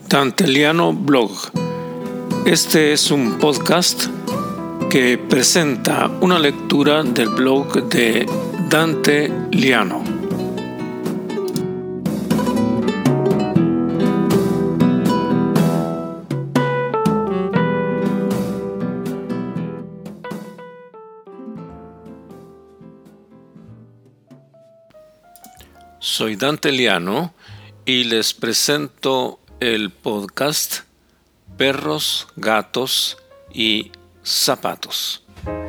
Danteliano Blog. Este es un podcast que presenta una lectura del blog de Dante Liano. Soy Dante Liano y les presento el podcast Perros, Gatos y Zapatos.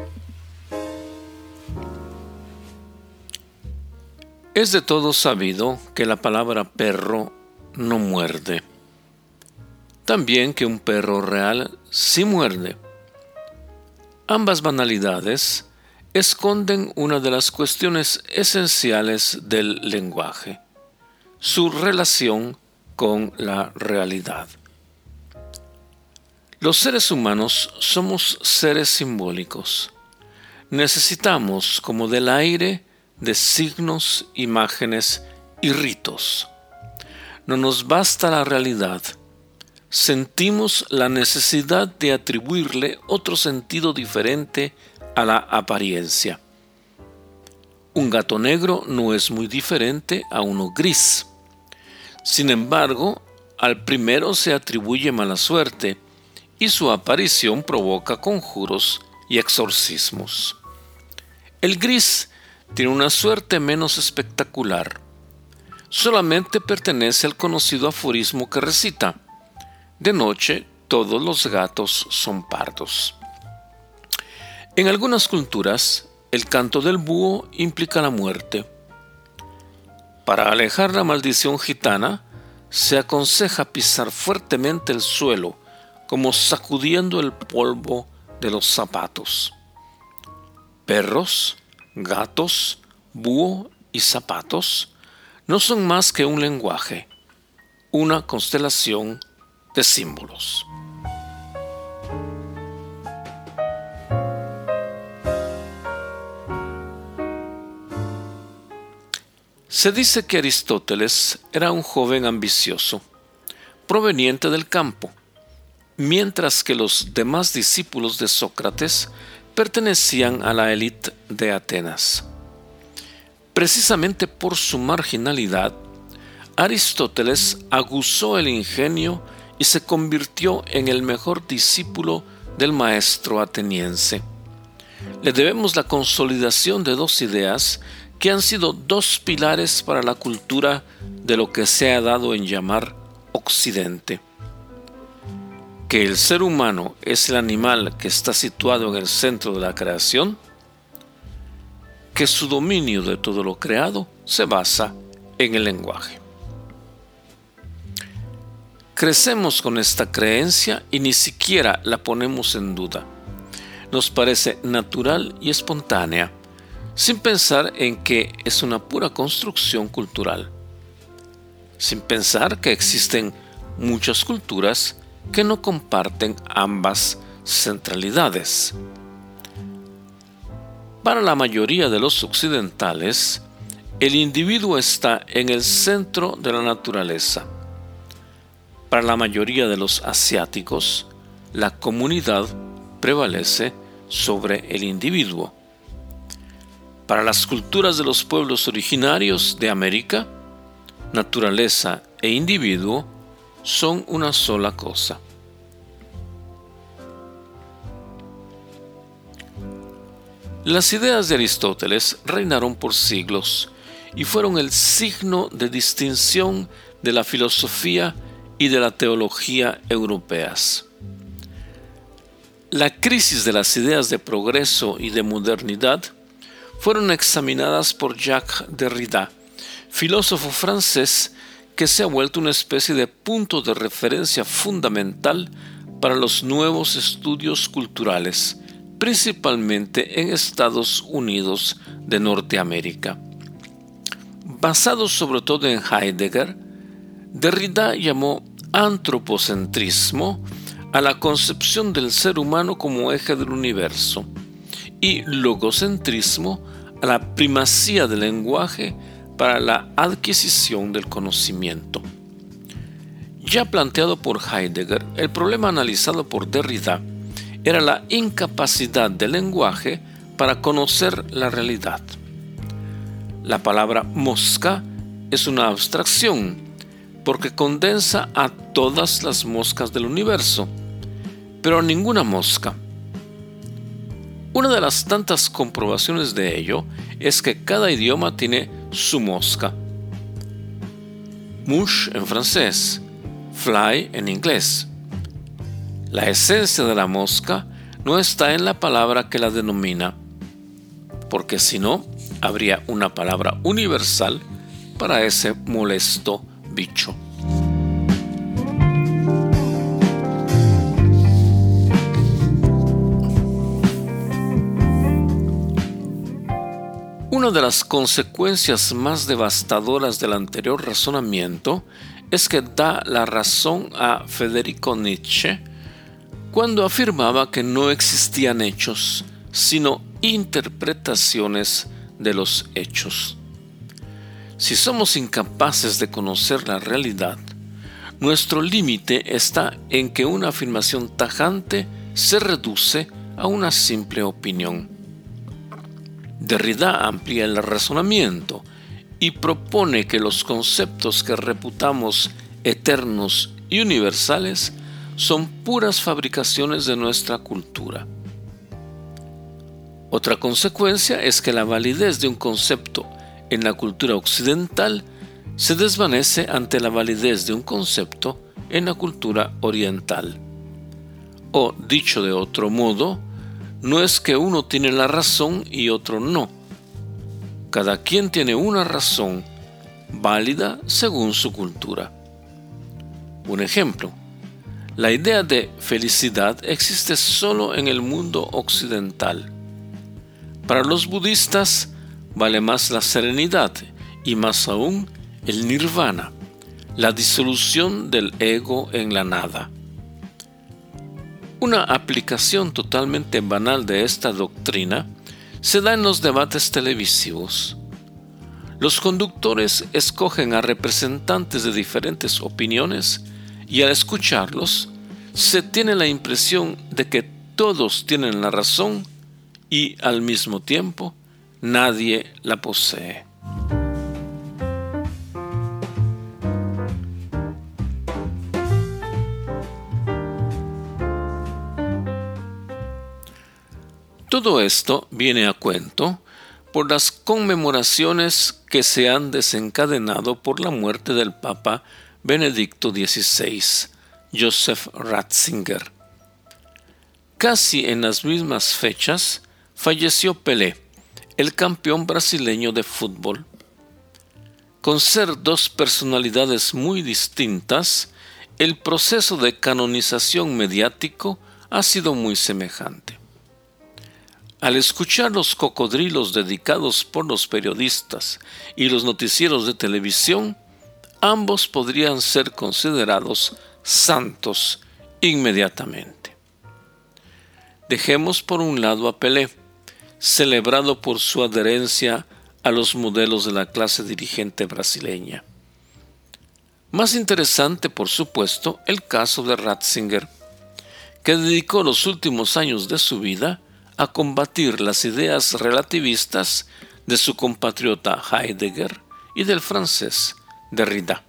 Es de todo sabido que la palabra perro no muerde. También que un perro real sí muerde. Ambas banalidades esconden una de las cuestiones esenciales del lenguaje, su relación con la realidad. Los seres humanos somos seres simbólicos. Necesitamos, como del aire, de signos, imágenes y ritos. No nos basta la realidad. Sentimos la necesidad de atribuirle otro sentido diferente a la apariencia. Un gato negro no es muy diferente a uno gris. Sin embargo, al primero se atribuye mala suerte y su aparición provoca conjuros y exorcismos. El gris tiene una suerte menos espectacular. Solamente pertenece al conocido aforismo que recita: de noche todos los gatos son pardos. En algunas culturas, el canto del búho implica la muerte. Para alejar la maldición gitana, se aconseja pisar fuertemente el suelo, como sacudiendo el polvo de los zapatos. Perros, gatos, búho y zapatos no son más que un lenguaje, una constelación de símbolos. Se dice que Aristóteles era un joven ambicioso, proveniente del campo, mientras que los demás discípulos de Sócrates pertenecían a la élite de Atenas. Precisamente por su marginalidad, Aristóteles aguzó el ingenio y se convirtió en el mejor discípulo del maestro ateniense. Le debemos la consolidación de dos ideas que han sido dos pilares para la cultura de lo que se ha dado en llamar Occidente: que el ser humano es el animal que está situado en el centro de la creación, que su dominio de todo lo creado se basa en el lenguaje. Crecemos con esta creencia y ni siquiera la ponemos en duda. Nos parece natural y espontánea, sin pensar en que es una pura construcción cultural, sin pensar que existen muchas culturas que no comparten ambas centralidades. Para la mayoría de los occidentales, el individuo está en el centro de la naturaleza. Para la mayoría de los asiáticos, la comunidad prevalece sobre el individuo. Para las culturas de los pueblos originarios de América, naturaleza e individuo son una sola cosa. Las ideas de Aristóteles reinaron por siglos y fueron el signo de distinción de la filosofía y de la teología europeas. La crisis de las ideas de progreso y de modernidad fueron examinadas por Jacques Derrida, filósofo francés que se ha vuelto una especie de punto de referencia fundamental para los nuevos estudios culturales, principalmente en Estados Unidos de Norteamérica. Basado sobre todo en Heidegger, Derrida llamó antropocentrismo a la concepción del ser humano como eje del universo y logocentrismo a la primacía del lenguaje para la adquisición del conocimiento. Ya planteado por Heidegger, el problema analizado por Derrida era la incapacidad del lenguaje para conocer la realidad. La palabra mosca es una abstracción porque condensa a todas las moscas del universo, pero ninguna mosca. Una de las tantas comprobaciones de ello es que cada idioma tiene su mosca. Mouche en francés, fly en inglés. La esencia de la mosca no está en la palabra que la denomina, porque si no, habría una palabra universal para ese molesto bicho. Una de las consecuencias más devastadoras del anterior razonamiento es que da la razón a Federico Nietzsche cuando afirmaba que no existían hechos, sino interpretaciones de los hechos. Si somos incapaces de conocer la realidad, nuestro límite está en que una afirmación tajante se reduce a una simple opinión. Derrida amplía el razonamiento y propone que los conceptos que reputamos eternos y universales son puras fabricaciones de nuestra cultura. Otra consecuencia es que la validez de un concepto en la cultura occidental se desvanece ante la validez de un concepto en la cultura oriental. O, dicho de otro modo, no es que uno tiene la razón y otro no. Cada quien tiene una razón válida según su cultura. Un ejemplo: la idea de felicidad existe solo en el mundo occidental. Para los budistas vale más la serenidad y más aún el nirvana, la disolución del ego en la nada. Una aplicación totalmente banal de esta doctrina se da en los debates televisivos. Los conductores escogen a representantes de diferentes opiniones y al escucharlos se tiene la impresión de que todos tienen la razón y al mismo tiempo nadie la posee. Todo esto viene a cuento por las conmemoraciones que se han desencadenado por la muerte del Papa Benedicto XVI, Joseph Ratzinger. Casi en las mismas fechas falleció Pelé, el campeón brasileño de fútbol. Con ser dos personalidades muy distintas, el proceso de canonización mediático ha sido muy semejante. Al escuchar los cocodrilos dedicados por los periodistas y los noticieros de televisión, ambos podrían ser considerados santos inmediatamente. Dejemos por un lado a Pelé, celebrado por su adherencia a los modelos de la clase dirigente brasileña. Más interesante, por supuesto, el caso de Ratzinger, que dedicó los últimos años de su vida a combatir las ideas relativistas de su compatriota Heidegger y del francés Derrida.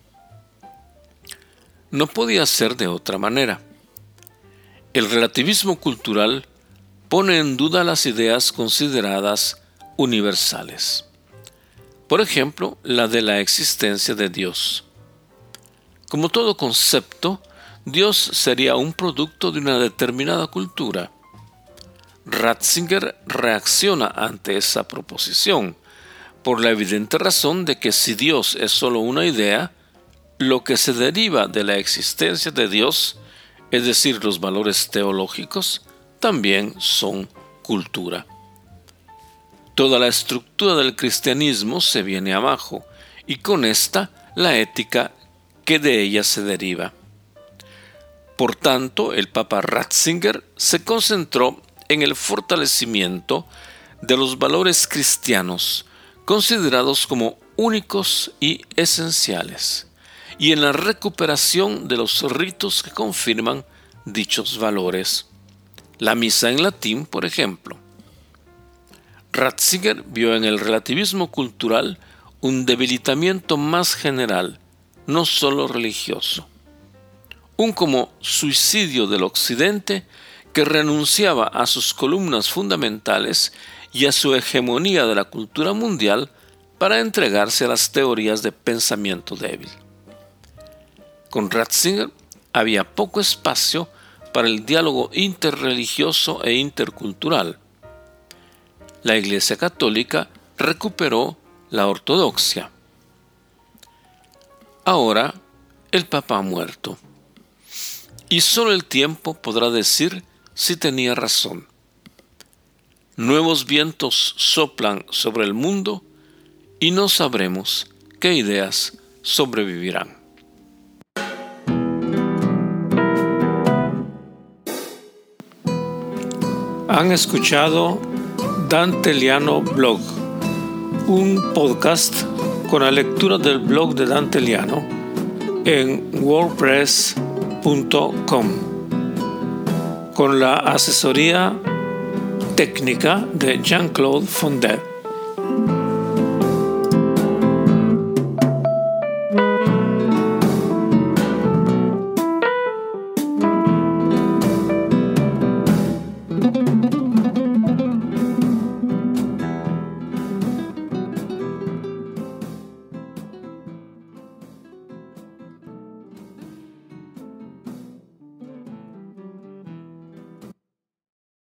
No podía ser de otra manera. El relativismo cultural pone en duda las ideas consideradas universales. Por ejemplo, la de la existencia de Dios. Como todo concepto, Dios sería un producto de una determinada cultura. Ratzinger reacciona ante esa proposición, por la evidente razón de que si Dios es solo una idea, lo que se deriva de la existencia de Dios, es decir, los valores teológicos, también son cultura. Toda la estructura del cristianismo se viene abajo, y con esta la ética que de ella se deriva. Por tanto, el Papa Ratzinger se concentró en el fortalecimiento de los valores cristianos, considerados como únicos y esenciales, y en la recuperación de los ritos que confirman dichos valores. La misa en latín, por ejemplo. Ratzinger vio en el relativismo cultural un debilitamiento más general, no solo religioso. Un como suicidio del Occidente que renunciaba a sus columnas fundamentales y a su hegemonía de la cultura mundial para entregarse a las teorías de pensamiento débil. Con Ratzinger había poco espacio para el diálogo interreligioso e intercultural. La Iglesia Católica recuperó la ortodoxia. Ahora el Papa ha muerto, y solo el tiempo podrá decir si tenía razón. Nuevos vientos soplan sobre el mundo y no sabremos qué ideas sobrevivirán. Han escuchado Dante Liano Blog, un podcast con la lectura del blog de Dante Liano en wordpress.com, con la asesoría técnica de Jean-Claude Fondet.